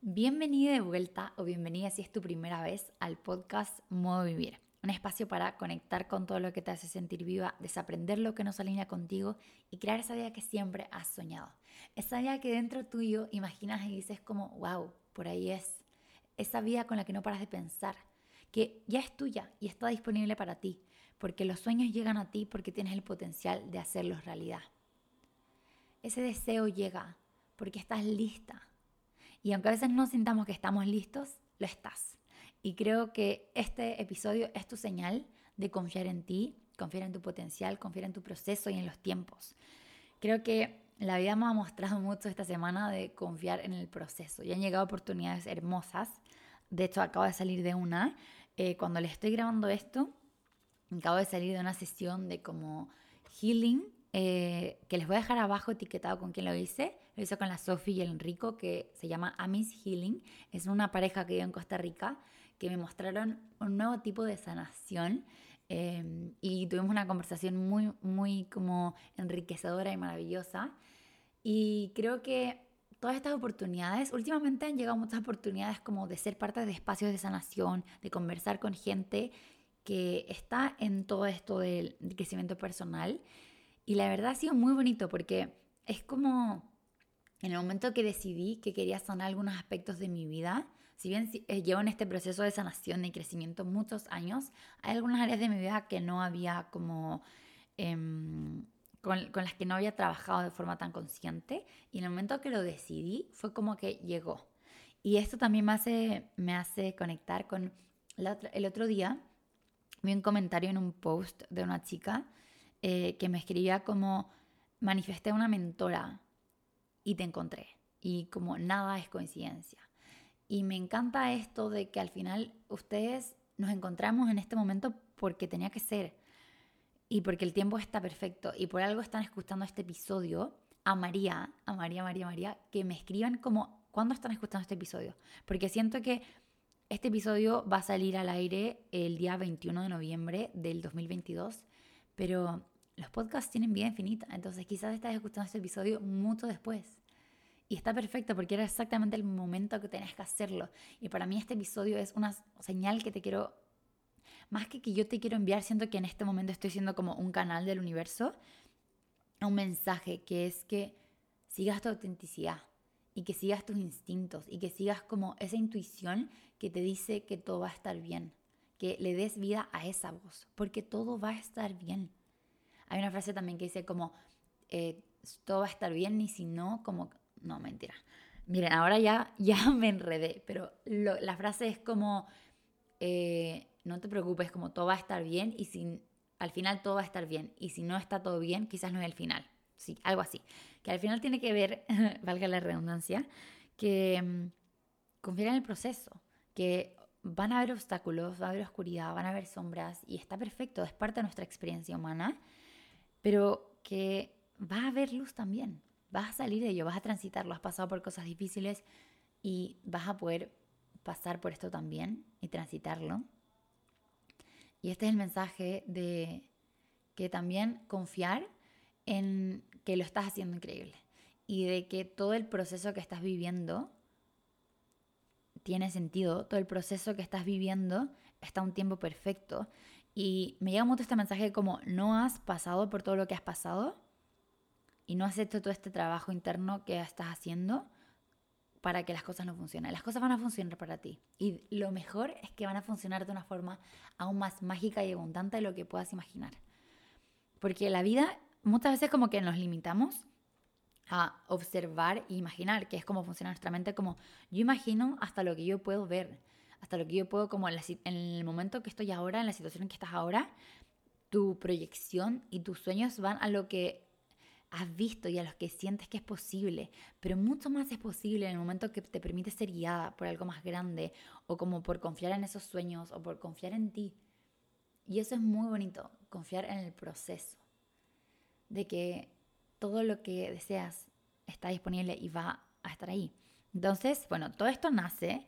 Bienvenida de vuelta o bienvenida si es tu primera vez al podcast Modo Vivir. Un espacio para conectar con todo lo que te hace sentir viva, desaprender lo que no se alinea contigo y crear esa vida que siempre has soñado. Esa vida que dentro tuyo imaginas y dices como, wow, por ahí es. Esa vida con la que no paras de pensar, que ya es tuya y está disponible para ti, porque los sueños llegan a ti porque tienes el potencial de hacerlos realidad. Ese deseo llega porque estás lista. Y aunque a veces no sintamos que estamos listos, lo estás. Y creo que este episodio es tu señal de confiar en ti, confiar en tu potencial, confiar en tu proceso y en los tiempos. Creo que la vida me ha mostrado mucho esta semana de confiar en el proceso. Y han llegado oportunidades hermosas. De hecho, acabo de salir de una. Cuando le estoy grabando esto, acabo de salir de una sesión de como healing, que les voy a dejar abajo etiquetado con quién lo hice. Lo hice con la Sofi y el Enrico, que se llama Amis Healing. Es una pareja que vive en Costa Rica, que me mostraron un nuevo tipo de sanación. Y tuvimos una conversación muy, muy como enriquecedora y maravillosa. Y creo que todas estas oportunidades, últimamente han llegado muchas oportunidades como de ser parte de espacios de sanación, de conversar con gente que está en todo esto del crecimiento personal. Y la verdad ha sido muy bonito porque es como en el momento que decidí que quería sanar algunos aspectos de mi vida, si bien llevo en este proceso de sanación y crecimiento muchos años, hay algunas áreas de mi vida que no había como con las que no había trabajado de forma tan consciente, y en el momento que lo decidí fue como que llegó. Y esto también me hace conectar con el otro día. Vi un comentario en un post de una chica que me escribía como: manifesté a una mentora y te encontré. Y como nada es coincidencia. Y me encanta esto de que al final ustedes nos encontramos en este momento porque tenía que ser y porque el tiempo está perfecto y por algo están escuchando este episodio. A María, que me escriban como cuándo están escuchando este episodio, porque siento que este episodio va a salir al aire el día 21 de noviembre del 2022, pero los podcasts tienen vida infinita, entonces quizás estás escuchando este episodio mucho después. Y está perfecto porque era exactamente el momento que tenías que hacerlo. Y para mí este episodio es una señal que te quiero, más que yo te quiero enviar, siento que en este momento estoy siendo como un canal del universo, un mensaje que es que sigas tu autenticidad y que sigas tus instintos y que sigas como esa intuición que te dice que todo va a estar bien, que le des vida a esa voz, porque todo va a estar bien. Hay una frase también que dice como, eh, todo va a estar bien y si no, como, no, mentira. Miren, ahora ya me enredé, pero la frase es como, no te preocupes, como todo va a estar bien y si al final todo va a estar bien y si no está todo bien, quizás no es el final. Sí, algo así. Que al final tiene que ver, valga la redundancia, que confiar en el proceso, que van a haber obstáculos, va a haber oscuridad, van a haber sombras y está perfecto, es parte de nuestra experiencia humana, pero que va a haber luz también. Vas a salir de ello, vas a transitarlo, has pasado por cosas difíciles y vas a poder pasar por esto también y transitarlo. Y este es el mensaje de que también confiar en que lo estás haciendo increíble y de que todo el proceso que estás viviendo tiene sentido, todo el proceso que estás viviendo está a un tiempo perfecto. Y me llega mucho este mensaje como no has pasado por todo lo que has pasado y no has hecho todo este trabajo interno que estás haciendo para que las cosas no funcionen. Las cosas van a funcionar para ti. Y lo mejor es que van a funcionar de una forma aún más mágica y abundante de lo que puedas imaginar. Porque la vida muchas veces como que nos limitamos a observar e imaginar, que es como funciona nuestra mente, como yo imagino hasta lo que yo puedo ver, hasta lo que yo puedo como en el momento que estoy ahora, en la situación en que estás ahora, tu proyección y tus sueños van a lo que has visto y a los que sientes que es posible, pero mucho más es posible en el momento que te permite ser guiada por algo más grande o como por confiar en esos sueños o por confiar en ti. Y eso es muy bonito, confiar en el proceso, de que todo lo que deseas está disponible y va a estar ahí. Entonces, bueno, todo esto nace,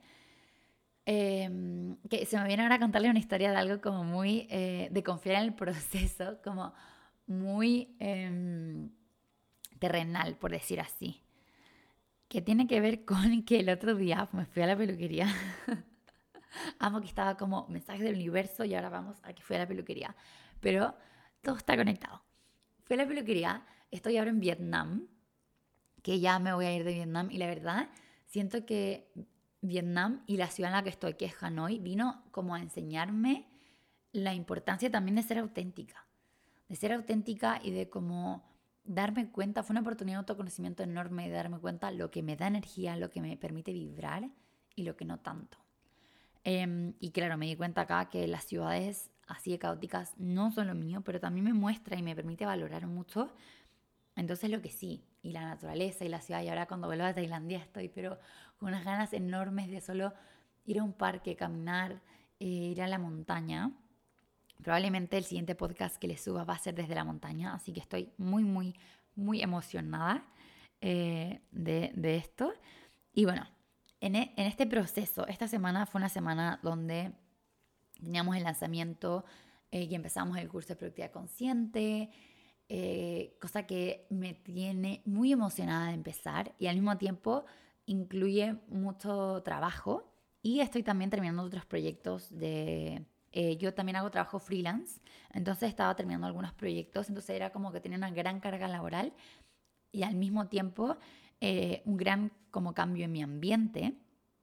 que se me viene ahora a contarle una historia de algo como muy, de confiar en el proceso, como muy terrenal, por decir así. que tiene que ver con que el otro día me fui a la peluquería. Amo que estaba como mensajes del universo y ahora vamos a que fui a la peluquería. Pero todo está conectado. Fui a la peluquería, estoy ahora en Vietnam, que ya me voy a ir de Vietnam y la verdad siento que Vietnam y la ciudad en la que estoy, que es Hanoi, vino como a enseñarme la importancia también de ser auténtica y de como darme cuenta, fue una oportunidad de autoconocimiento enorme de darme cuenta lo que me da energía, lo que me permite vibrar y lo que no tanto. Y claro, me di cuenta acá que las ciudades así de caóticas no son lo mío, pero también me muestra y me permite valorar mucho. Entonces lo que sí, y la naturaleza y la ciudad, y ahora cuando vuelvo a Tailandia estoy, pero con unas ganas enormes de solo ir a un parque, caminar, ir a la montaña. Probablemente el siguiente podcast que les suba va a ser desde la montaña, así que estoy muy, muy, muy emocionada de esto. Y bueno, en este proceso, esta semana fue una semana donde teníamos el lanzamiento y empezamos el curso de productividad consciente, cosa que me tiene muy emocionada de empezar y al mismo tiempo incluye mucho trabajo y estoy también terminando otros proyectos de... yo también hago trabajo freelance, entonces estaba terminando algunos proyectos, entonces era como que tenía una gran carga laboral y al mismo tiempo un gran como cambio en mi ambiente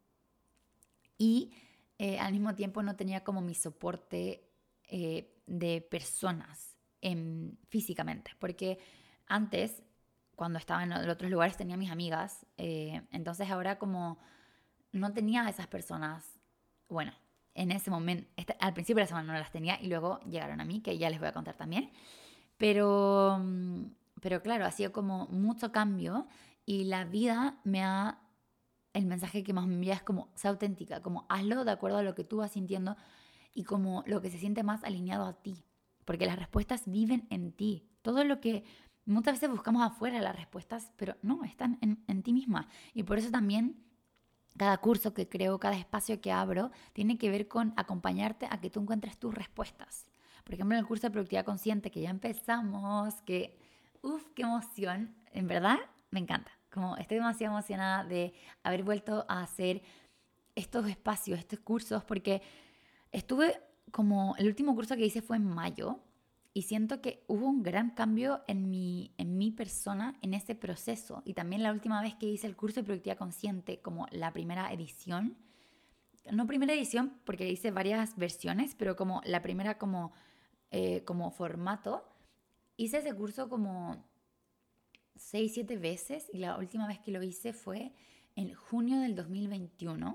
y al mismo tiempo no tenía como mi soporte de personas físicamente, porque antes, cuando estaba en otros lugares, tenía mis amigas, entonces ahora como no tenía a esas personas, bueno, en ese momento, al principio de la semana no las tenía y luego llegaron a mí, que ya les voy a contar también, pero, pero claro, ha sido como mucho cambio y la vida me ha el mensaje que más me envía es como, sé auténtica, como hazlo de acuerdo a lo que tú vas sintiendo y como lo que se siente más alineado a ti, porque las respuestas viven en ti. Todo lo que muchas veces buscamos afuera, las respuestas, pero no, están en ti misma. Y por eso también cada curso que creo, cada espacio que abro, tiene que ver con acompañarte a que tú encuentres tus respuestas. Por ejemplo, en el curso de productividad consciente que ya empezamos, que, uff, qué emoción, en verdad me encanta. Como estoy demasiado emocionada de haber vuelto a hacer estos espacios, estos cursos, porque estuve como, el último curso que hice fue en mayo y siento que hubo un gran cambio en mi persona en ese proceso. Y también la última vez que hice el curso de productividad consciente, como la primera edición, no primera edición porque hice varias versiones, pero como la primera como formato, hice ese curso como 6 7 veces y la última vez que lo hice fue en junio del 2021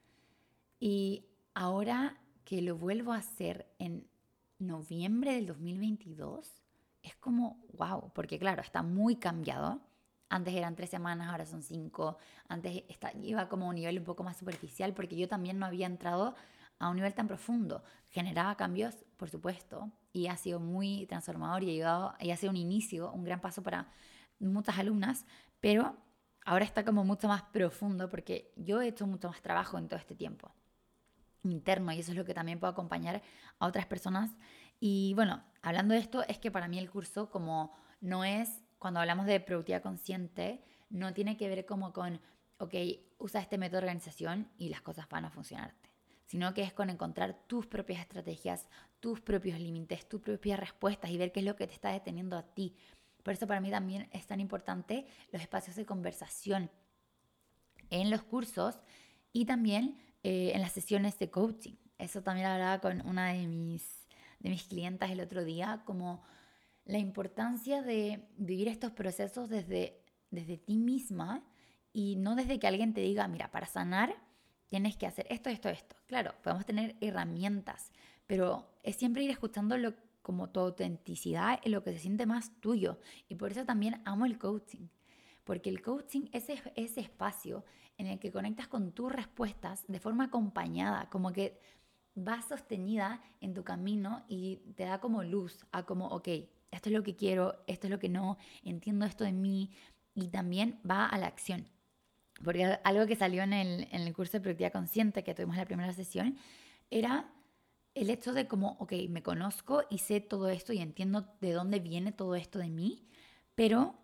y ahora que lo vuelvo a hacer en noviembre del 2022 es como wow, porque claro, está muy cambiado. Antes eran 3 semanas, ahora son 5. Antes iba como a un nivel un poco más superficial porque yo también no había entrado a un nivel tan profundo. Generaba cambios, por supuesto, y ha sido muy transformador y ha ayudado, y ha sido un inicio, un gran paso para muchas alumnas, pero ahora está como mucho más profundo porque yo he hecho mucho más trabajo en todo este tiempo interno y eso es lo que también puedo acompañar a otras personas. Y bueno, hablando de esto, es que para mí el curso como no es, cuando hablamos de productividad consciente, no tiene que ver como con, ok, usa este método de organización y las cosas van a funcionarte, sino que es con encontrar tus propias estrategias, tus propios límites, tus propias respuestas y ver qué es lo que te está deteniendo a ti. Por eso para mí también es tan importante los espacios de conversación en los cursos y también en las sesiones de coaching. Eso también hablaba con una de mis clientas el otro día, como la importancia de vivir estos procesos desde ti misma y no desde que alguien te diga, mira, para sanar tienes que hacer esto, esto, esto. Claro, podemos tener herramientas, pero es siempre ir escuchando como tu autenticidad y lo que se siente más tuyo. Y por eso también amo el coaching, porque el coaching es ese espacio en el que conectas con tus respuestas de forma acompañada, como que vas sostenida en tu camino y te da como luz a como, ok, esto es lo que quiero, esto es lo que no, entiendo esto de mí y también va a la acción. Porque algo que salió en el curso de productividad consciente que tuvimos en la primera sesión era el hecho de como, ok, me conozco y sé todo esto y entiendo de dónde viene todo esto de mí, pero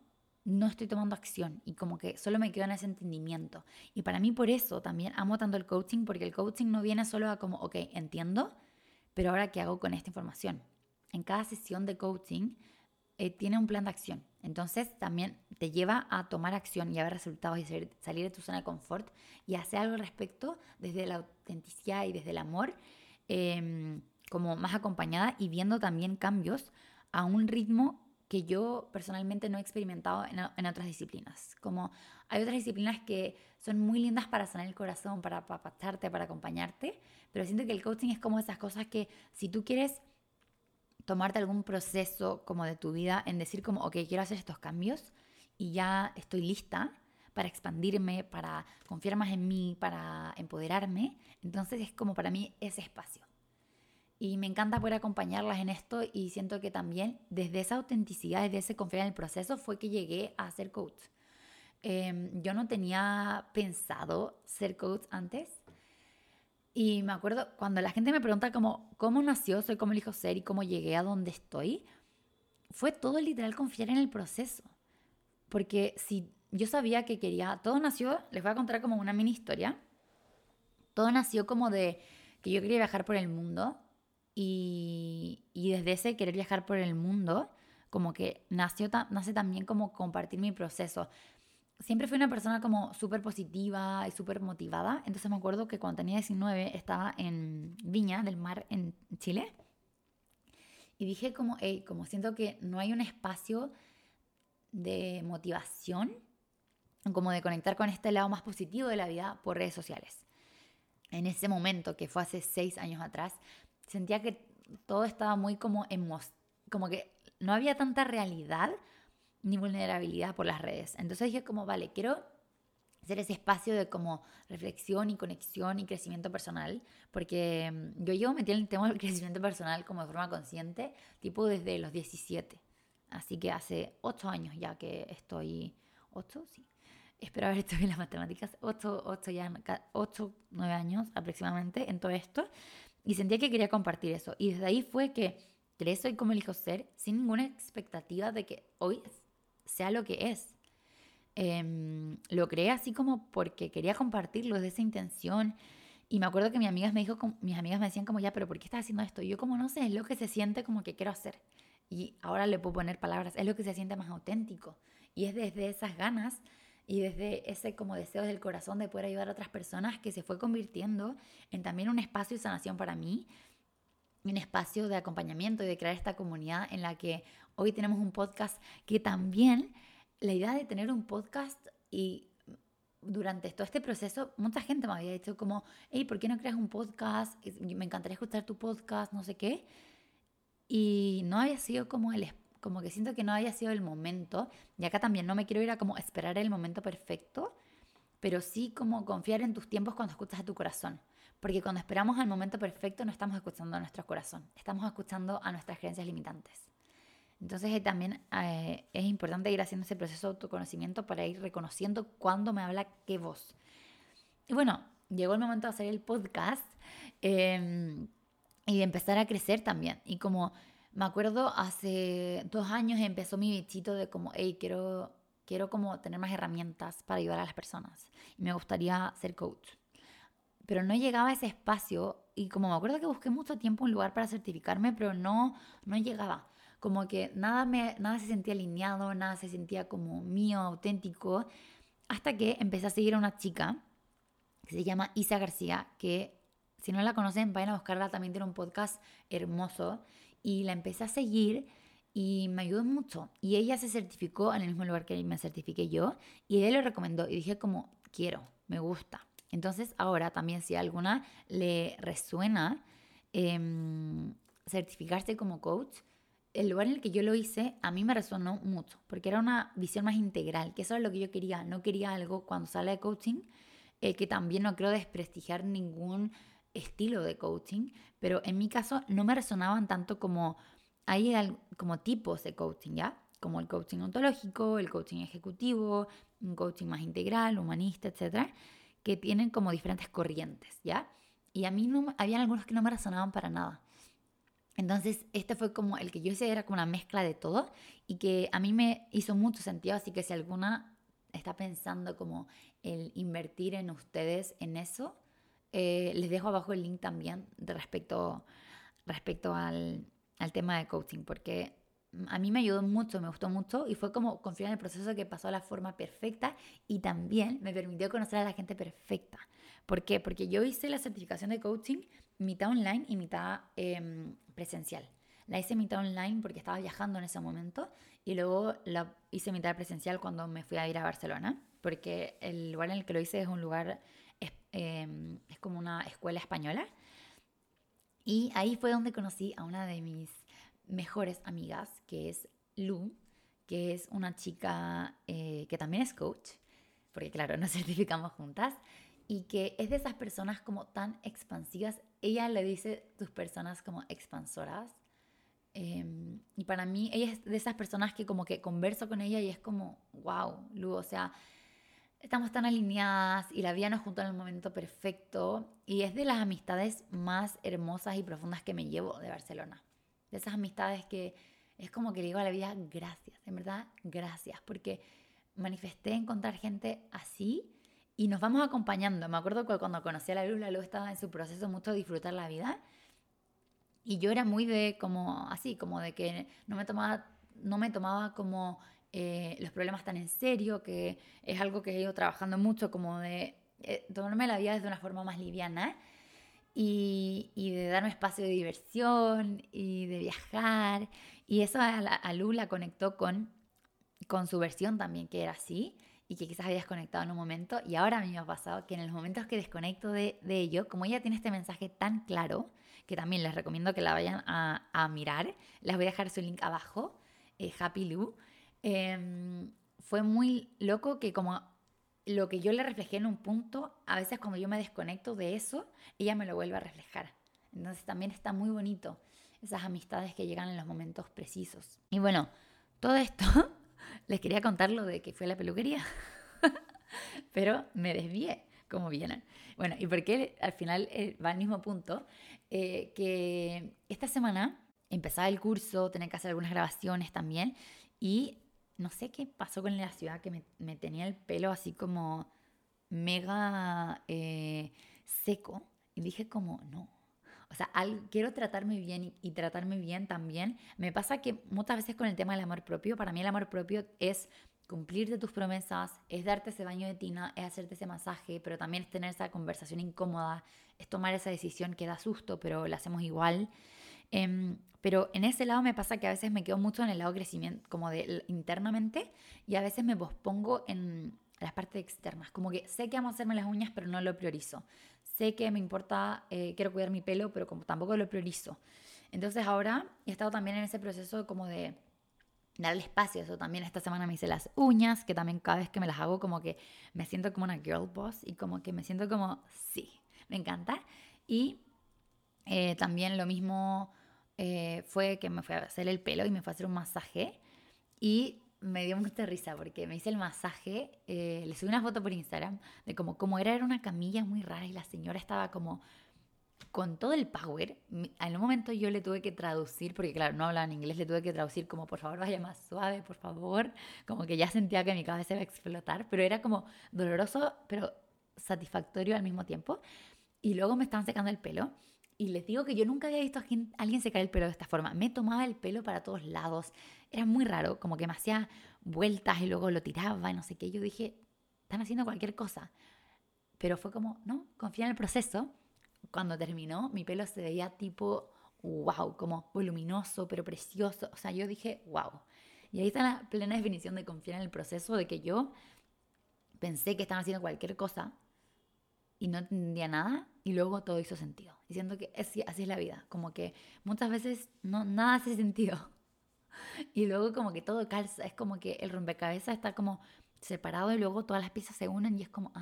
no estoy tomando acción y como que solo me quedo en ese entendimiento. Y para mí por eso también amo tanto el coaching, porque el coaching no viene solo a como, ok, entiendo, pero ahora ¿qué hago con esta información? En cada sesión de coaching tiene un plan de acción. Entonces también te lleva a tomar acción y a ver resultados y salir de tu zona de confort y hacer algo al respecto desde la autenticidad y desde el amor, como más acompañada y viendo también cambios a un ritmo que yo personalmente no he experimentado en otras disciplinas. Como hay otras disciplinas que son muy lindas para sanar el corazón, para apapacharte, para acompañarte, pero siento que el coaching es como esas cosas que si tú quieres tomarte algún proceso como de tu vida en decir como, ok, quiero hacer estos cambios y ya estoy lista para expandirme, para confiar más en mí, para empoderarme. Entonces es como para mí ese espacio. Y me encanta poder acompañarlas en esto y siento que también desde esa autenticidad, desde ese confiar en el proceso fue que llegué a ser coach. Yo no tenía pensado ser coach antes. Y me acuerdo cuando la gente me pregunta como, ¿cómo nació Soy como elijo ser y cómo llegué a donde estoy? Fue todo literal confiar en el proceso. Porque si yo sabía que quería, todo nació, les voy a contar como una mini historia. Todo nació como de que yo quería viajar por el mundo y desde ese querer viajar por el mundo, como que nace también como compartir mi proceso. Siempre fui una persona como súper positiva y súper motivada. Entonces me acuerdo que cuando tenía 19 estaba en Viña del Mar en Chile y dije como, hey, como siento que no hay un espacio de motivación, como de conectar con este lado más positivo de la vida por redes sociales. En ese momento, que fue hace 6 años atrás, sentía que todo estaba muy como que no había tanta realidad ni vulnerabilidad por las redes. Entonces dije como, vale, quiero hacer ese espacio de como reflexión y conexión y crecimiento personal, porque yo llevo metida en el tema del crecimiento personal como de forma consciente, tipo desde los 17. Así que hace 8 años ya que estoy, 8, sí. Espero haber hecho bien las matemáticas, 8, 9 años aproximadamente en todo esto. Y sentía que quería compartir eso. Y desde ahí fue que creé Soy como elijo ser sin ninguna expectativa de que hoy sea lo que es. Lo creé así como porque quería compartirlo desde esa intención. Y me acuerdo que mis amigas me decían como, ya, pero ¿por qué estás haciendo esto? Y yo como, no sé, es lo que se siente como que quiero hacer. Y ahora le puedo poner palabras, es lo que se siente más auténtico. Y es desde esas ganas y desde ese como deseo del corazón de poder ayudar a otras personas que se fue convirtiendo en también un espacio de sanación para mí, un espacio de acompañamiento y de crear esta comunidad en la que hoy tenemos un podcast que también la idea de tener un podcast y durante todo este proceso mucha gente me había dicho como, hey, ¿por qué no creas un podcast? Me encantaría escuchar tu podcast, no sé qué. Y no había sido como que siento que no había sido el momento. Y acá también no me quiero ir a como esperar el momento perfecto, pero sí como confiar en tus tiempos cuando escuchas a tu corazón. Porque cuando esperamos al momento perfecto no estamos escuchando a nuestro corazón, estamos escuchando a nuestras creencias limitantes. Entonces también es importante ir haciendo ese proceso de autoconocimiento para ir reconociendo cuándo me habla qué voz. Y bueno, llegó el momento de hacer el podcast eh, y de empezar a crecer también. Y como me acuerdo, hace 2 años empezó mi bichito de como, hey, quiero como tener más herramientas para ayudar a las personas. Y me gustaría ser coach. Pero no llegaba a ese espacio y como me acuerdo que busqué mucho tiempo un lugar para certificarme, pero no llegaba. Como que nada se sentía alineado, nada se sentía como mío, auténtico, hasta que empecé a seguir a una chica que se llama Isa García, que si no la conocen, vayan a buscarla, también tiene un podcast hermoso, y la empecé a seguir y me ayudó mucho. Y ella se certificó en el mismo lugar que me certifiqué yo, y ella lo recomendó, y dije como, quiero, me gusta. Entonces ahora también si a alguna le resuena certificarse como coach, el lugar en el que yo lo hice a mí me resonó mucho, porque era una visión más integral, que eso es lo que yo quería. No quería algo cuando sale de coaching, que también no creo desprestigiar ningún estilo de coaching, pero en mi caso no me resonaban tanto como como tipos de coaching, ¿ya? Como el coaching ontológico, el coaching ejecutivo, un coaching más integral, humanista, etcétera, que tienen como diferentes corrientes, ¿ya? Y a mí no, había algunos que no me resonaban para nada. Entonces, este fue como el que yo hice, era como una mezcla de todo y que a mí me hizo mucho sentido, así que si alguna está pensando como el invertir en ustedes en eso, les dejo abajo el link también de respecto al tema de coaching, porque a mí me ayudó mucho, me gustó mucho y fue como confiar en el proceso que pasó a la forma perfecta y también me permitió conocer a la gente perfecta. ¿Por qué? Porque yo hice la certificación de coaching mitad online y mitad presencial. La hice mitad online porque estaba viajando en ese momento y luego la hice mitad presencial cuando me fui a ir a Barcelona, porque el lugar en el que lo hice es un lugar, es como una escuela española y ahí fue donde conocí a una de mis mejores amigas, que es Lu, que es una chica que también es coach, porque claro, nos certificamos juntas, y que es de esas personas como tan expansivas. Ella le dice tus personas como expansoras. Y para mí, ella es de esas personas que como que converso con ella y es como, wow, Lu, o sea, estamos tan alineadas y la vida nos juntó en el momento perfecto y es de las amistades más hermosas y profundas que me llevo de Barcelona. De esas amistades que es como que le digo a la vida gracias, en verdad gracias, porque manifesté encontrar gente así y nos vamos acompañando. Me acuerdo que cuando conocí a la Luz estaba en su proceso mucho de disfrutar la vida y yo era muy de como así, como de que no me tomaba como los problemas tan en serio, que es algo que he ido trabajando mucho, como de tomarme la vida desde una forma más liviana y de darme espacio de diversión y de viajar. Y eso a Lu la conectó con su versión también, que era así y que quizás había desconectado en un momento. Y ahora a mí me ha pasado que en los momentos que desconecto de ello, como ella tiene este mensaje tan claro, que también les recomiendo que la vayan a mirar, les voy a dejar su link abajo, Happy Lu, fue muy loco que como lo que yo le reflejé en un punto, a veces cuando yo me desconecto de eso, ella me lo vuelve a reflejar. Entonces también está muy bonito esas amistades que llegan en los momentos precisos. Y bueno, todo esto les quería contar lo de que fue a la peluquería, pero me desvié, como vieron. Bueno, y porque al final va al mismo punto, que esta semana empezaba el curso, tenía que hacer algunas grabaciones también, y no sé qué pasó con la ciudad, que me tenía el pelo así como mega seco, y dije como, no. O sea, quiero tratarme bien y tratarme bien también. Me pasa que muchas veces con el tema del amor propio, para mí el amor propio es cumplirte tus promesas, es darte ese baño de tina, es hacerte ese masaje, pero también es tener esa conversación incómoda, es tomar esa decisión que da susto, pero la hacemos igual. Pero en ese lado me pasa que a veces me quedo mucho en el lado crecimiento, como de internamente, y a veces me pospongo en las partes externas. Como que sé que amo hacerme las uñas, pero no lo priorizo. Sé que me importa, quiero cuidar mi pelo, pero como tampoco lo priorizo. Entonces ahora he estado también en ese proceso como de darle espacio a eso. También esta semana me hice las uñas, que también cada vez que me las hago como que me siento como una girl boss y como que me siento como, sí, me encanta. Y también lo mismo fue que me fui a hacer el pelo y me fue a hacer un masaje y me dio mucha risa porque me hice el masaje, le subí una foto por Instagram de como era una camilla muy rara y la señora estaba como con todo el power. En un momento yo le tuve que traducir, porque claro, no hablaba en inglés, le tuve que traducir como por favor vaya más suave, por favor, como que ya sentía que mi cabeza iba a explotar, pero era como doloroso, pero satisfactorio al mismo tiempo. Y luego me estaban secando el pelo. Y les digo que yo nunca había visto a alguien secar el pelo de esta forma. Me tomaba el pelo para todos lados. Era muy raro, como que me hacía vueltas y luego lo tiraba y no sé qué. Yo dije, están haciendo cualquier cosa. Pero fue como, no, confía en el proceso. Cuando terminó, mi pelo se veía tipo, wow, como voluminoso, pero precioso. O sea, yo dije, wow. Y ahí está la plena definición de confiar en el proceso, de que yo pensé que estaban haciendo cualquier cosa y no entendía nada y luego todo hizo sentido. Diciendo que así es la vida, como que muchas veces no, nada hace sentido y luego como que todo calza, es como que el rompecabezas está como separado y luego todas las piezas se unen y es como,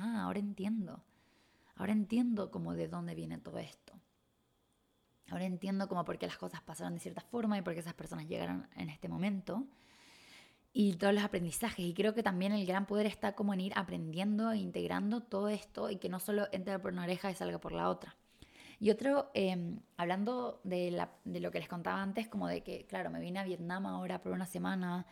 ahora entiendo como de dónde viene todo esto. Ahora entiendo como por qué las cosas pasaron de cierta forma y por qué esas personas llegaron en este momento y todos los aprendizajes. Y creo que también el gran poder está como en ir aprendiendo e integrando todo esto y que no solo entre por una oreja y salga por la otra. Y otro, hablando de lo que les contaba antes, como de que, claro, me vine a Vietnam ahora por una semana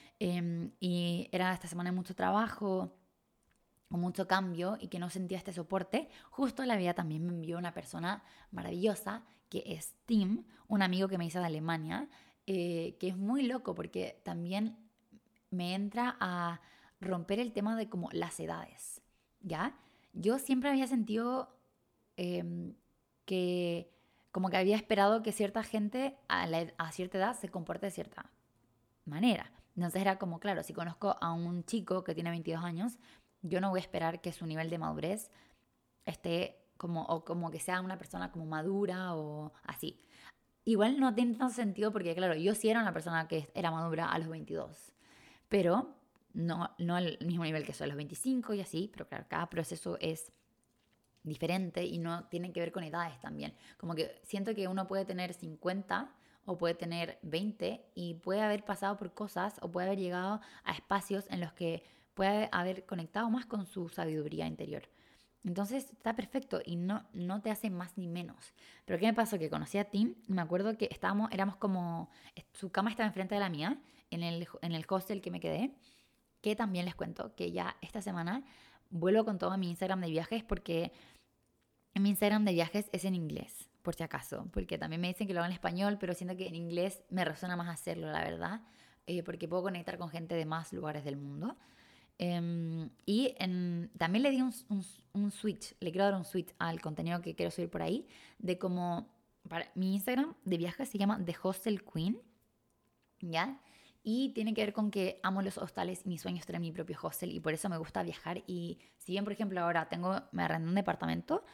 y era esta semana de mucho trabajo o mucho cambio y que no sentía este soporte, justo la vida también me envió una persona maravillosa que es Tim, un amigo que me hizo de Alemania, que es muy loco porque también me entra a romper el tema de como las edades, ¿ya? Yo siempre había sentido eh, que como que había esperado que cierta gente a cierta edad se comporte de cierta manera. Entonces era como, claro, si conozco a un chico que tiene 22 años, yo no voy a esperar que su nivel de madurez esté como, o como que sea una persona como madura o así. Igual no tiene tanto sentido porque, claro, yo sí era una persona que era madura a los 22, pero no al mismo nivel que soy a los 25 y así, pero claro, cada proceso es diferente y no tiene que ver con edades también. Como que siento que uno puede tener 50 o puede tener 20 y puede haber pasado por cosas o puede haber llegado a espacios en los que puede haber conectado más con su sabiduría interior. Entonces está perfecto y no te hace más ni menos. Pero ¿qué me pasó? Que conocí a Tim y me acuerdo que éramos como, su cama estaba enfrente de la mía en el hostel que me quedé, que también les cuento que ya esta semana vuelvo con todo a mi Instagram de viajes porque mi Instagram de viajes es en inglés, por si acaso, porque también me dicen que lo hago en español, pero siento que en inglés me resuena más hacerlo, la verdad, porque puedo conectar con gente de más lugares del mundo. También le di un switch, le quiero dar un switch al contenido que quiero subir por ahí, de cómo mi Instagram de viajes se llama The Hostel Queen, ¿ya? Y tiene que ver con que amo los hostales y mi sueño es tener mi propio hostel y por eso me gusta viajar. Y si bien, por ejemplo, ahora me arrendé un departamento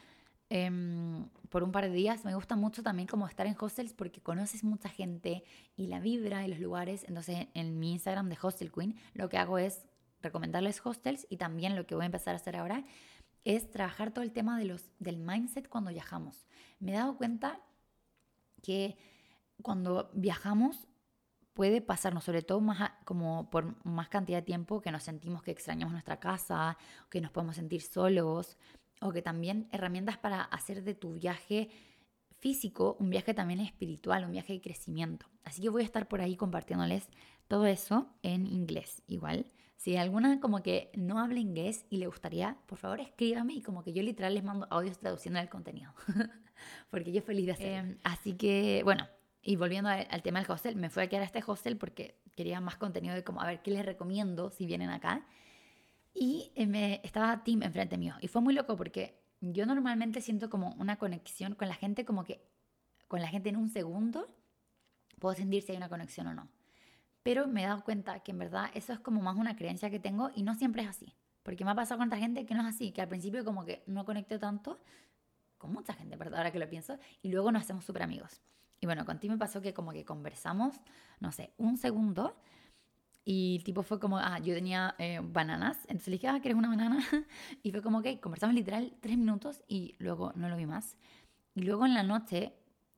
por un par de días, me gusta mucho también como estar en hostels porque conoces mucha gente y la vibra de los lugares. Entonces, en mi Instagram de Hostel Queen, lo que hago es recomendarles hostels y también lo que voy a empezar a hacer ahora es trabajar todo el tema del mindset cuando viajamos. Me he dado cuenta que cuando viajamos puede pasarnos, sobre todo como por más cantidad de tiempo que nos sentimos que extrañamos nuestra casa, que nos podemos sentir solos, o que también herramientas para hacer de tu viaje físico un viaje también espiritual, un viaje de crecimiento. Así que voy a estar por ahí compartiéndoles todo eso en inglés igual. Si alguna como que no habla inglés y le gustaría, por favor escríbame y como que yo literal les mando audios traduciendo el contenido. Porque yo feliz de hacerlo. Así que, bueno, y volviendo al tema del hostel, me fui a quedar a este hostel porque quería más contenido de como, a ver, ¿qué les recomiendo si vienen acá? Y estaba Tim enfrente mío. Y fue muy loco porque yo normalmente siento como una conexión con la gente, como que con la gente en un segundo puedo sentir si hay una conexión o no. Pero me he dado cuenta que en verdad eso es como más una creencia que tengo y no siempre es así. Porque me ha pasado con otra gente que no es así, que al principio como que no conecté tanto con mucha gente, ¿verdad? Ahora que lo pienso, y luego nos hacemos súper amigos. Y bueno, con Tim me pasó que como que conversamos, no sé, un segundo, y tipo fue como, yo tenía bananas, entonces le dije, ¿quieres una banana? Y fue como que conversamos literal 3 minutos y luego no lo vi más. Y luego en la noche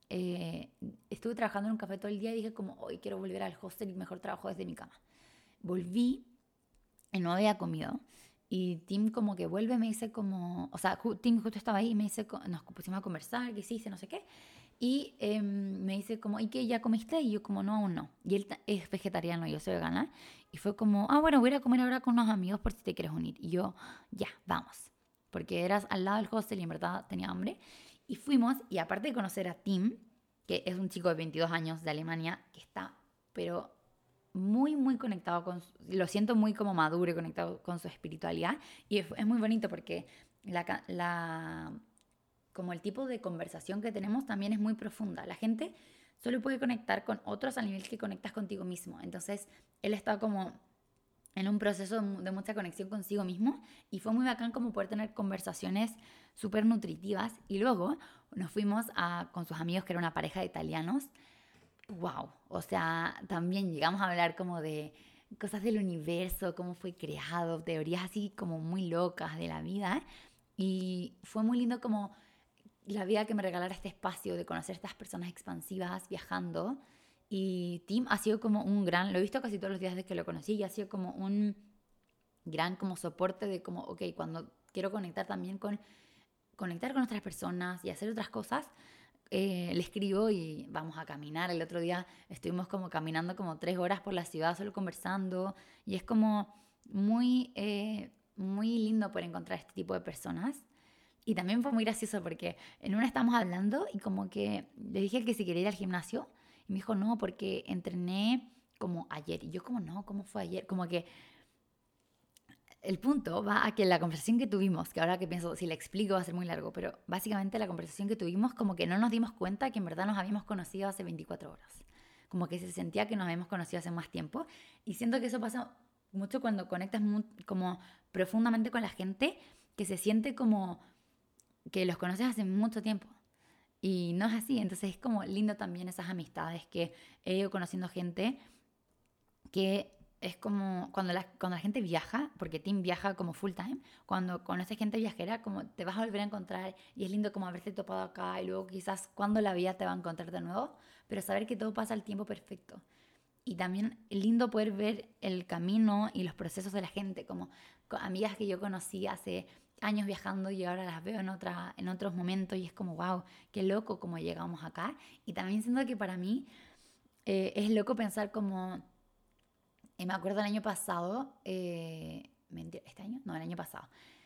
estuve trabajando en un café todo el día y dije como, hoy quiero volver al hostel y mejor trabajo desde mi cama. Volví y no había comido. Y Tim como que vuelve, me dice como, o sea, Tim justo estaba ahí y me dice, nos pusimos a conversar, qué hiciste, no sé qué. Y me dice como, ¿y qué? ¿Ya comiste? Y yo como, no, aún no. Y él es vegetariano, yo soy vegana. Y fue como, bueno, voy a ir a comer ahora con unos amigos por si te quieres unir. Y yo, ya, vamos. Porque eras al lado del hostel y en verdad tenía hambre. Y fuimos, y aparte de conocer a Tim, que es un chico de 22 años de Alemania, que está, pero muy, muy conectado lo siento muy como maduro y conectado con su espiritualidad. Y es muy bonito porque como el tipo de conversación que tenemos también es muy profunda. La gente solo puede conectar con otros al nivel que conectas contigo mismo. Entonces, él está como en un proceso de mucha conexión consigo mismo y fue muy bacán como poder tener conversaciones súper nutritivas. Y luego nos fuimos con sus amigos, que era una pareja de italianos. Wow, o sea, también llegamos a hablar como de cosas del universo, cómo fue creado, teorías así como muy locas de la vida. Y fue muy lindo como la vida que me regalara este espacio de conocer a estas personas expansivas viajando. Y Tim ha sido como un gran, lo he visto casi todos los días desde que lo conocí, y ha sido como un gran como soporte de como, ok, cuando quiero conectar también con conectar con otras personas y hacer otras cosas, le escribo y vamos a caminar. El otro día estuvimos como caminando como 3 horas por la ciudad solo conversando y es como muy lindo poder encontrar este tipo de personas. Y también fue muy gracioso porque en una estábamos hablando y como que le dije que si quería ir al gimnasio y me dijo no porque entrené como ayer. Y yo como no, ¿cómo fue ayer? Como que el punto va a que la conversación que tuvimos, que ahora que pienso, si la explico va a ser muy largo, pero básicamente la conversación que tuvimos como que no nos dimos cuenta que en verdad nos habíamos conocido hace 24 horas. Como que se sentía que nos habíamos conocido hace más tiempo. Y siento que eso pasa mucho cuando conectas como profundamente con la gente, que se siente como que los conoces hace mucho tiempo. Y no es así, entonces es como lindo también esas amistades que he ido conociendo gente que es como cuando la gente viaja, porque Tim viaja como full time, cuando conoces gente viajera, como te vas a volver a encontrar y es lindo como haberte topado acá y luego quizás cuando la vida te va a encontrar de nuevo, pero saber que todo pasa al tiempo perfecto. Y también lindo poder ver el camino y los procesos de la gente, como amigas que yo conocí hace años viajando y ahora las veo en otros momentos y es como, wow, qué loco cómo llegamos acá. Y también siento que para mí es loco pensar como me acuerdo el año pasado, mentira, ¿este año? No, el año pasado.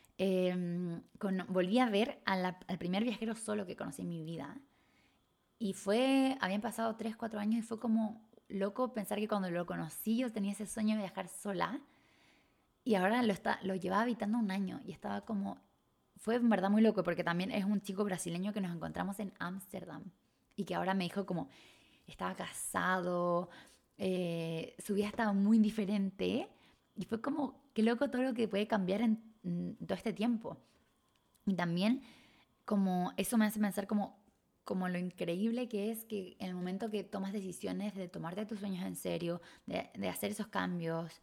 Volví a ver al primer viajero solo que conocí en mi vida. Y habían pasado 3 4 años y fue como loco pensar que cuando lo conocí yo tenía ese sueño de viajar sola. Y ahora lo llevaba habitando un año y estaba como... Fue en verdad muy loco porque también es un chico brasileño que nos encontramos en Ámsterdam. Y que ahora me dijo como, estaba casado, su vida estaba muy diferente y fue como, qué loco todo lo que puede cambiar en todo este tiempo. Y también como eso me hace pensar como lo increíble que es que en el momento que tomas decisiones de tomarte tus sueños en serio, de hacer esos cambios,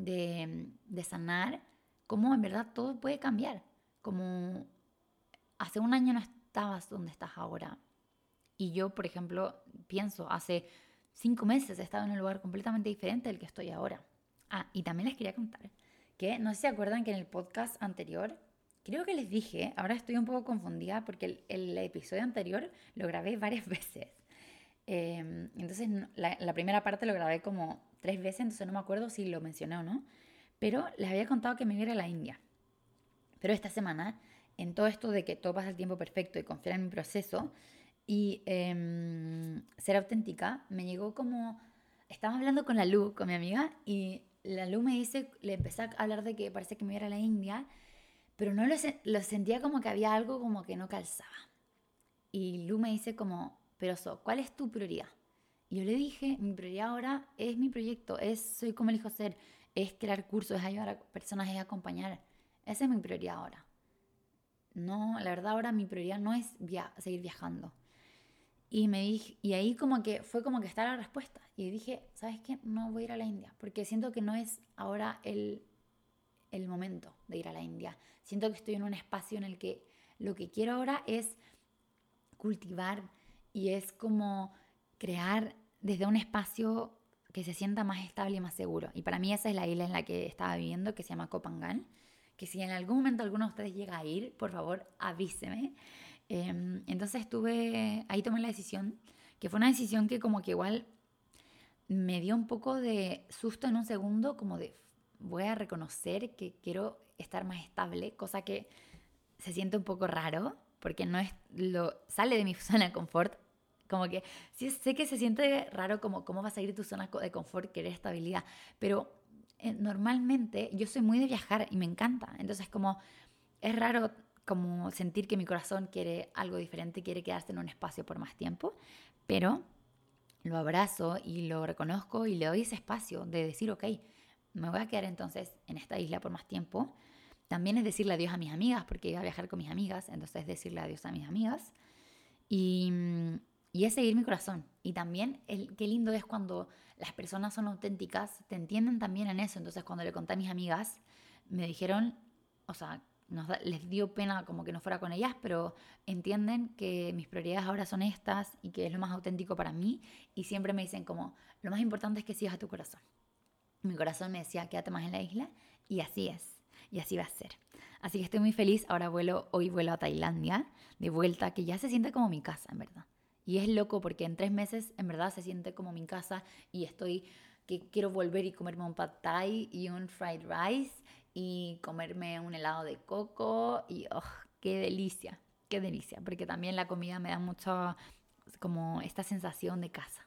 de sanar, cómo en verdad todo puede cambiar. Como hace un año no estabas donde estás ahora. Y yo, por ejemplo, pienso, hace 5 meses estaba en un lugar completamente diferente del que estoy ahora. Ah, y también les quería contar que no sé si se acuerdan que en el podcast anterior, creo que les dije, ahora estoy un poco confundida porque el episodio anterior lo grabé varias veces. Entonces, la primera parte lo grabé como 3 veces, entonces no me acuerdo si lo mencioné o no. Pero les había contado que me iba a ir a la India. Pero esta semana, en todo esto de que todo pasa el tiempo perfecto y confiar en mi proceso, y ser auténtica, me llegó como... Estaba hablando con la Lu, con mi amiga, y la Lu me dice, le empecé a hablar de que parece que me iba a ir a la India, pero no lo sentía como que había algo como que no calzaba. Y Lu me dice como, pero ¿cuál es tu prioridad? Y yo le dije, mi prioridad ahora es mi proyecto, soy como elijo ser, es crear cursos, es ayudar a personas, es acompañar. Esa es mi prioridad ahora. No, la verdad ahora mi prioridad no es seguir viajando. Y ahí como que fue como que está la respuesta. Y dije, ¿sabes qué? No voy a ir a la India, porque siento que no es ahora el momento de ir a la India. Siento que estoy en un espacio en el que lo que quiero ahora es cultivar y es como crear desde un espacio que se sienta más estable y más seguro. Y para mí esa es la isla en la que estaba viviendo, que se llama Koh Phangan, que si en algún momento alguno de ustedes llega a ir, por favor avíseme. Entonces ahí tomé la decisión, que fue una decisión que como que igual me dio un poco de susto en un segundo, como de voy a reconocer que quiero estar más estable, cosa que se siente un poco raro, porque no es sale de mi zona de confort. Como que sí sé que se siente raro como cómo vas a ir de tu zona de confort, querer estabilidad, pero normalmente yo soy muy de viajar y me encanta, entonces como es raro como sentir que mi corazón quiere algo diferente, quiere quedarse en un espacio por más tiempo, pero lo abrazo y lo reconozco y le doy ese espacio de decir, ok, me voy a quedar entonces en esta isla por más tiempo. También es decirle adiós a mis amigas, porque iba a viajar con mis amigas, entonces es decirle adiós a mis amigas. Y, y es seguir mi corazón. Y también qué lindo es cuando las personas son auténticas, te entienden también en eso. Entonces cuando le conté a mis amigas, me dijeron, o sea, les dio pena como que no fuera con ellas, pero entienden que mis prioridades ahora son estas y que es lo más auténtico para mí. Y siempre me dicen como, lo más importante es que sigas a tu corazón. Mi corazón me decía, quédate más en la isla. Y así es. y así va a ser. Así que estoy muy feliz. Hoy vuelo a Tailandia, de vuelta, que ya se siente como mi casa, en verdad. Y es loco porque en 3 meses, en verdad, se siente como mi casa y estoy que quiero volver y comerme un pad thai y un fried rice y comerme un helado de coco y ¡oh, qué delicia! Porque también la comida me da mucho como esta sensación de casa.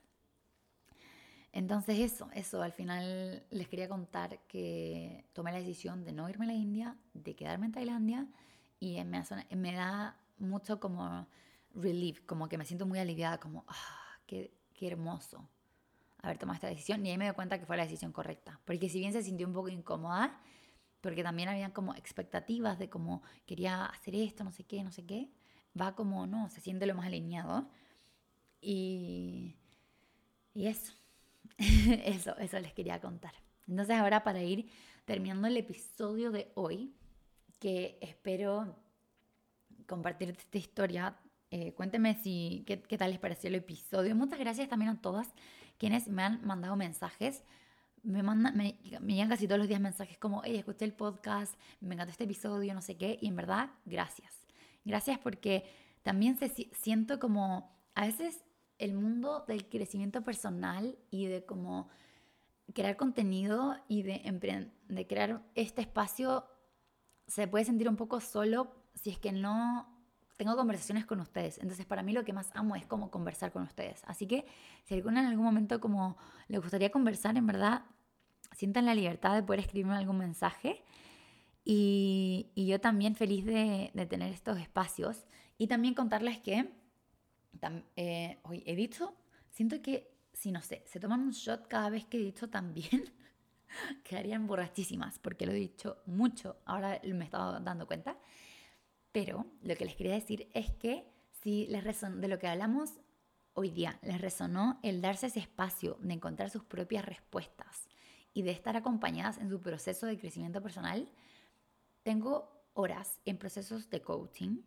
Entonces eso, al final les quería contar que tomé la decisión de no irme a la India, de quedarme en Tailandia y me da mucho como relief, como que me siento muy aliviada, como, qué hermoso haber tomado esta decisión. Y ahí me doy cuenta que fue la decisión correcta, porque si bien se sintió un poco incómoda, porque también habían como expectativas de como quería hacer esto, no sé qué, no sé qué, va como, no, se siente lo más alineado y, y eso. Eso les quería contar. Entonces ahora para ir terminando el episodio de hoy, que espero compartir esta historia, cuéntenme qué tal les pareció el episodio. Muchas gracias también a todas quienes me han mandado mensajes. Me llegan casi todos los días mensajes como, hey, escuché el podcast, me encantó este episodio, no sé qué, y en verdad, gracias. Gracias porque también siento como, a veces el mundo del crecimiento personal y de como crear contenido y de crear este espacio se puede sentir un poco solo si es que no tengo conversaciones con ustedes. Entonces, para mí lo que más amo es como conversar con ustedes. Así que si alguna en algún momento como les gustaría conversar, en verdad, sientan la libertad de poder escribirme algún mensaje. Y yo también feliz de tener estos espacios. Y también contarles que hoy he dicho, siento que, si no sé, se toman un shot cada vez que he dicho también, quedarían borrachísimas, porque lo he dicho mucho, ahora me he estado dando cuenta. Pero lo que les quería decir es que si les resonó de lo que hablamos hoy día, les resonó el darse ese espacio de encontrar sus propias respuestas y de estar acompañadas en su proceso de crecimiento personal, tengo horas en procesos de coaching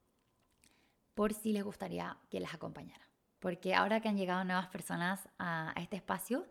por si les gustaría que las acompañara. Porque ahora que han llegado nuevas personas a este espacio,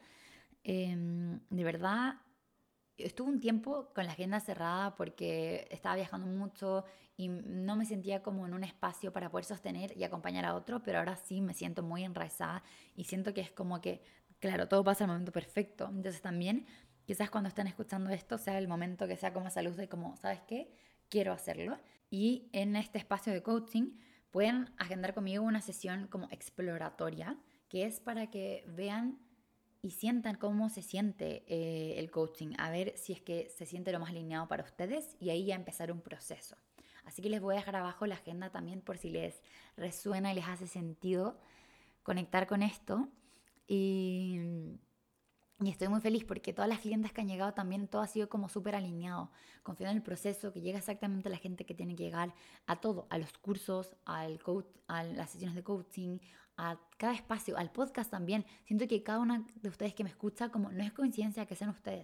de verdad estuve un tiempo con la agenda cerrada porque estaba viajando mucho y no me sentía como en un espacio para poder sostener y acompañar a otro, pero ahora sí me siento muy enraizada y siento que es como que, claro, todo pasa al momento perfecto. Entonces también, quizás cuando estén escuchando esto sea el momento que sea como esa luz de como, ¿sabes qué? Quiero hacerlo. Y en este espacio de coaching pueden agendar conmigo una sesión como exploratoria, que es para que vean y sientan cómo se siente el coaching, a ver si es que se siente lo más alineado para ustedes y ahí ya empezar un proceso. Así que les voy a dejar abajo la agenda también por si les resuena y les hace sentido conectar con esto. Y, y estoy muy feliz porque todas las clientes que han llegado también, todo ha sido como súper alineado. Confío en el proceso, que llega exactamente la gente que tiene que llegar a todo, a los cursos, a las sesiones de coaching, a cada espacio, al podcast también. Siento que cada una de ustedes que me escucha, como no es coincidencia que sean ustedes.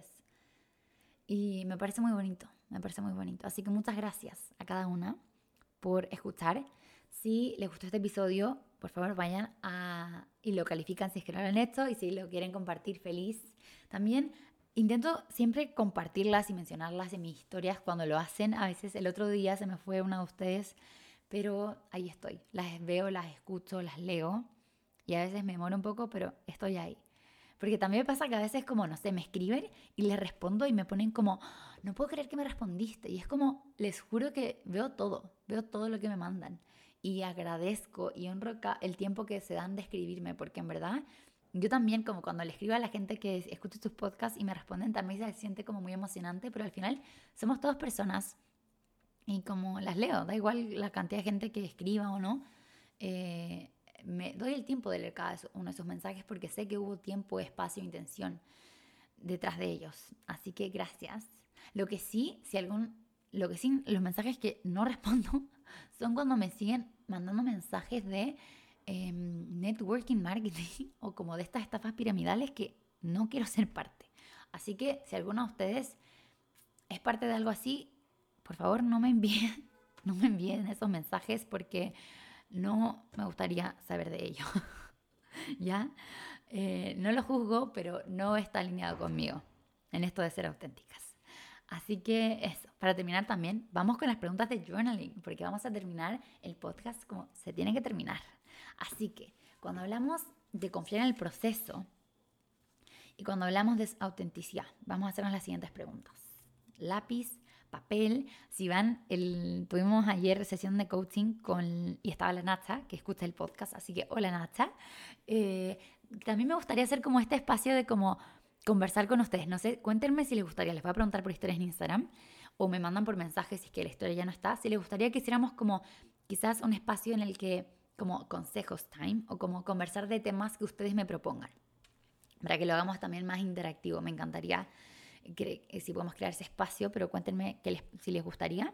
Y me parece muy bonito, me parece muy bonito. Así que muchas gracias a cada una por escuchar. Si les gustó este episodio, por favor vayan y lo califican si es que no lo han hecho y si lo quieren compartir, feliz. También intento siempre compartirlas y mencionarlas en mis historias cuando lo hacen. A veces el otro día se me fue una de ustedes, pero ahí estoy. Las veo, las escucho, las leo y a veces me demoro un poco, pero estoy ahí. Porque también me pasa que a veces como, no sé, me escriben y les respondo y me ponen como, no puedo creer que me respondiste. Y es como, les juro que veo todo lo que me mandan. Y agradezco y honro el tiempo que se dan de escribirme, porque en verdad yo también como cuando le escribo a la gente que escucha tus podcasts y me responden, también se siente como muy emocionante, pero al final somos todas personas y como las leo, da igual la cantidad de gente que escriba o no. Me doy el tiempo de leer cada uno de esos mensajes porque sé que hubo tiempo, espacio e intención detrás de ellos. Así que gracias. Lo que sí, los mensajes que no respondo son cuando me siguen mandando mensajes de networking marketing o como de estas estafas piramidales que no quiero ser parte. Así que si alguno de ustedes es parte de algo así, por favor no me envíen esos mensajes porque no me gustaría saber de ello. ¿Ya? No lo juzgo, pero no está alineado conmigo en esto de ser auténticas. Así que eso, para terminar también, vamos con las preguntas de journaling, porque vamos a terminar el podcast como se tiene que terminar. Así que cuando hablamos de confiar en el proceso y cuando hablamos de autenticidad, vamos a hacernos las siguientes preguntas. Lápiz, papel. Si van, tuvimos ayer sesión de coaching y estaba la Nacha, que escucha el podcast, así que hola Nacha. También me gustaría hacer como este espacio de como conversar con ustedes. No sé, cuéntenme si les gustaría, les voy a preguntar por historias en Instagram o me mandan por mensajes si es que la historia ya no está. Si les gustaría que hiciéramos como quizás un espacio en el que como consejos time o como conversar de temas que ustedes me propongan. Para que lo hagamos también más interactivo. Me encantaría si podemos crear ese espacio, pero cuéntenme si les gustaría.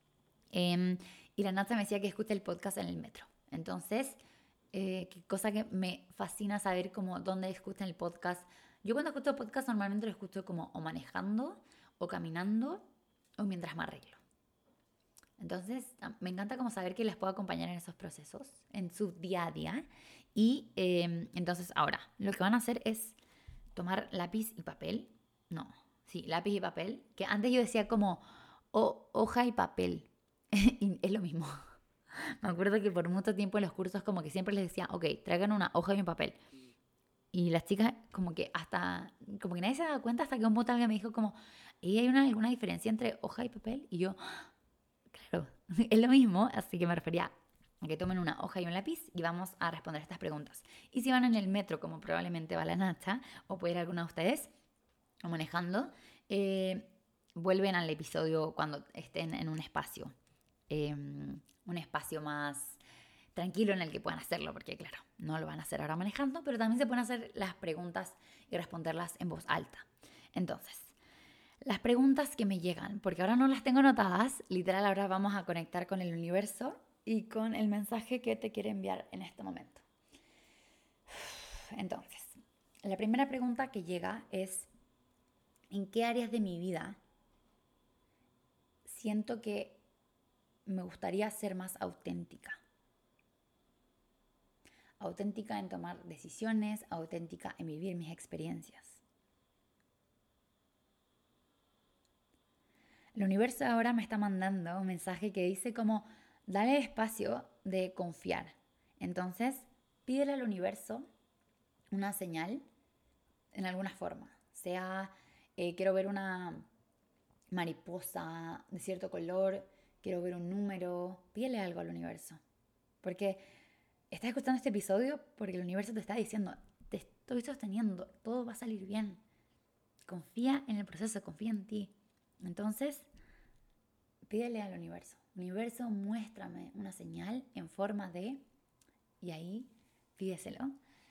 Y la Nata me decía que escucha el podcast en el metro. Entonces, cosa que me fascina saber como dónde escuchan el podcast. Yo cuando escucho podcast normalmente lo escucho como o manejando, o caminando, o mientras me arreglo. Entonces, me encanta como saber que les puedo acompañar en esos procesos, en su día a día. Y entonces, ahora, lo que van a hacer es tomar lápiz y papel. No, sí, lápiz y papel. Que antes yo decía como hoja y papel. Y es lo mismo. Me acuerdo que por mucho tiempo en los cursos como que siempre les decía, ok, traigan una hoja y un papel. Y las chicas como que como que nadie se daba cuenta hasta que un punto alguien me dijo como, ¿y hay alguna diferencia entre hoja y papel? Y yo, claro, es lo mismo, así que me refería a que tomen una hoja y un lápiz y vamos a responder estas preguntas. Y si van en el metro, como probablemente va la Nacha, o puede ir alguna de ustedes, o manejando, vuelven al episodio cuando estén en un espacio más tranquilo en el que puedan hacerlo, porque claro, no lo van a hacer ahora manejando, pero también se pueden hacer las preguntas y responderlas en voz alta. Entonces, las preguntas que me llegan, porque ahora no las tengo anotadas, literal ahora vamos a conectar con el universo y con el mensaje que te quiere enviar en este momento. Entonces, la primera pregunta que llega es, ¿en qué áreas de mi vida siento que me gustaría ser más auténtica? Auténtica en tomar decisiones, auténtica en vivir mis experiencias. El universo ahora me está mandando un mensaje que dice como, dale espacio de confiar. Entonces, pídele al universo una señal en alguna forma. Sea, quiero ver una mariposa de cierto color, quiero ver un número, pídele algo al universo. Porque estás escuchando este episodio porque el universo te está diciendo, te estoy sosteniendo, todo va a salir bien. Confía en el proceso, confía en ti. Entonces, pídele al universo. Universo, muéstrame una señal en forma de... Y ahí, pídeselo.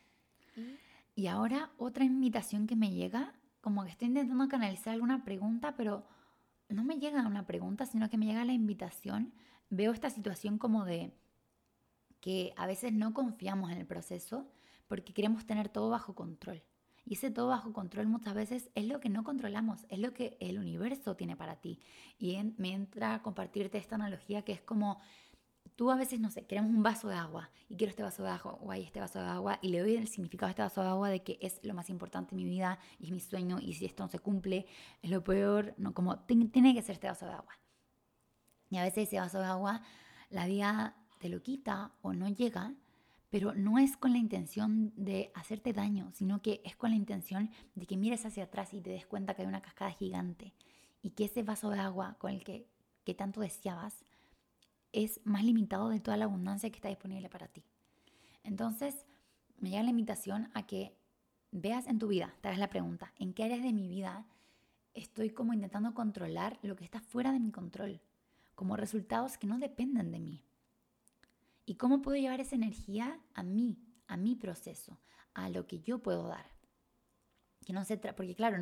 Y ahora otra invitación que me llega, como que estoy intentando canalizar alguna pregunta, pero no me llega una pregunta, sino que me llega la invitación. Veo esta situación como de que a veces no confiamos en el proceso porque queremos tener todo bajo control. Y ese todo bajo control muchas veces es lo que no controlamos, es lo que el universo tiene para ti. Y me entra a compartirte esta analogía que es como tú a veces, no sé, queremos un vaso de agua y quiero este vaso de agua y este vaso de agua y le doy el significado a este vaso de agua de que es lo más importante en mi vida y es mi sueño y si esto no se cumple es lo peor, no, como tiene que ser este vaso de agua. Y a veces ese vaso de agua la vida te lo quita o no llega, pero no es con la intención de hacerte daño, sino que es con la intención de que mires hacia atrás y te des cuenta que hay una cascada gigante y que ese vaso de agua con el que tanto deseabas es más limitado de toda la abundancia que está disponible para ti. Entonces, me llega la invitación a que veas en tu vida, te hagas la pregunta, ¿en qué áreas de mi vida estoy como intentando controlar lo que está fuera de mi control? Como resultados que no dependen de mí. ¿Y cómo puedo llevar esa energía a mi proceso, a lo que yo puedo dar? Que no porque claro,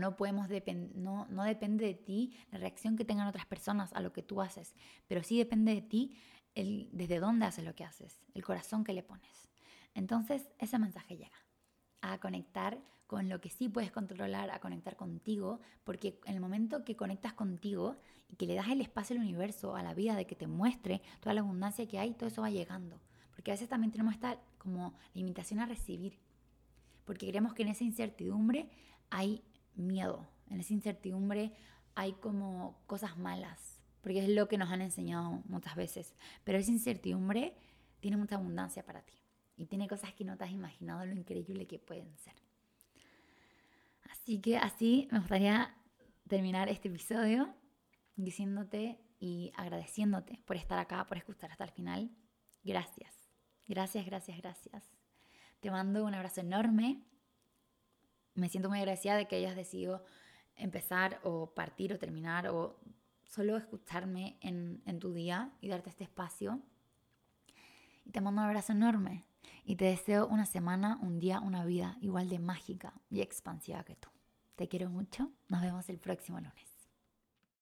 no depende de ti la reacción que tengan otras personas a lo que tú haces, pero sí depende de ti desde dónde haces lo que haces, el corazón que le pones. Entonces ese mensaje llega a conectar con lo que sí puedes controlar, a conectar contigo, porque en el momento que conectas contigo y que le das el espacio al universo, a la vida, de que te muestre toda la abundancia que hay, todo eso va llegando. Porque a veces también tenemos esta como limitación a recibir, porque creemos que en esa incertidumbre hay miedo, en esa incertidumbre hay como cosas malas, porque es lo que nos han enseñado muchas veces. Pero esa incertidumbre tiene mucha abundancia para ti y tiene cosas que no te has imaginado lo increíble que pueden ser. Así que así me gustaría terminar este episodio diciéndote y agradeciéndote por estar acá, por escuchar hasta el final. Gracias, gracias, gracias, gracias. Te mando un abrazo enorme. Me siento muy agradecida de que hayas decidido empezar o partir o terminar o solo escucharme en tu día y darte este espacio. Y te mando un abrazo enorme y te deseo una semana, un día, una vida igual de mágica y expansiva que tú. Te quiero mucho. Nos vemos el próximo lunes.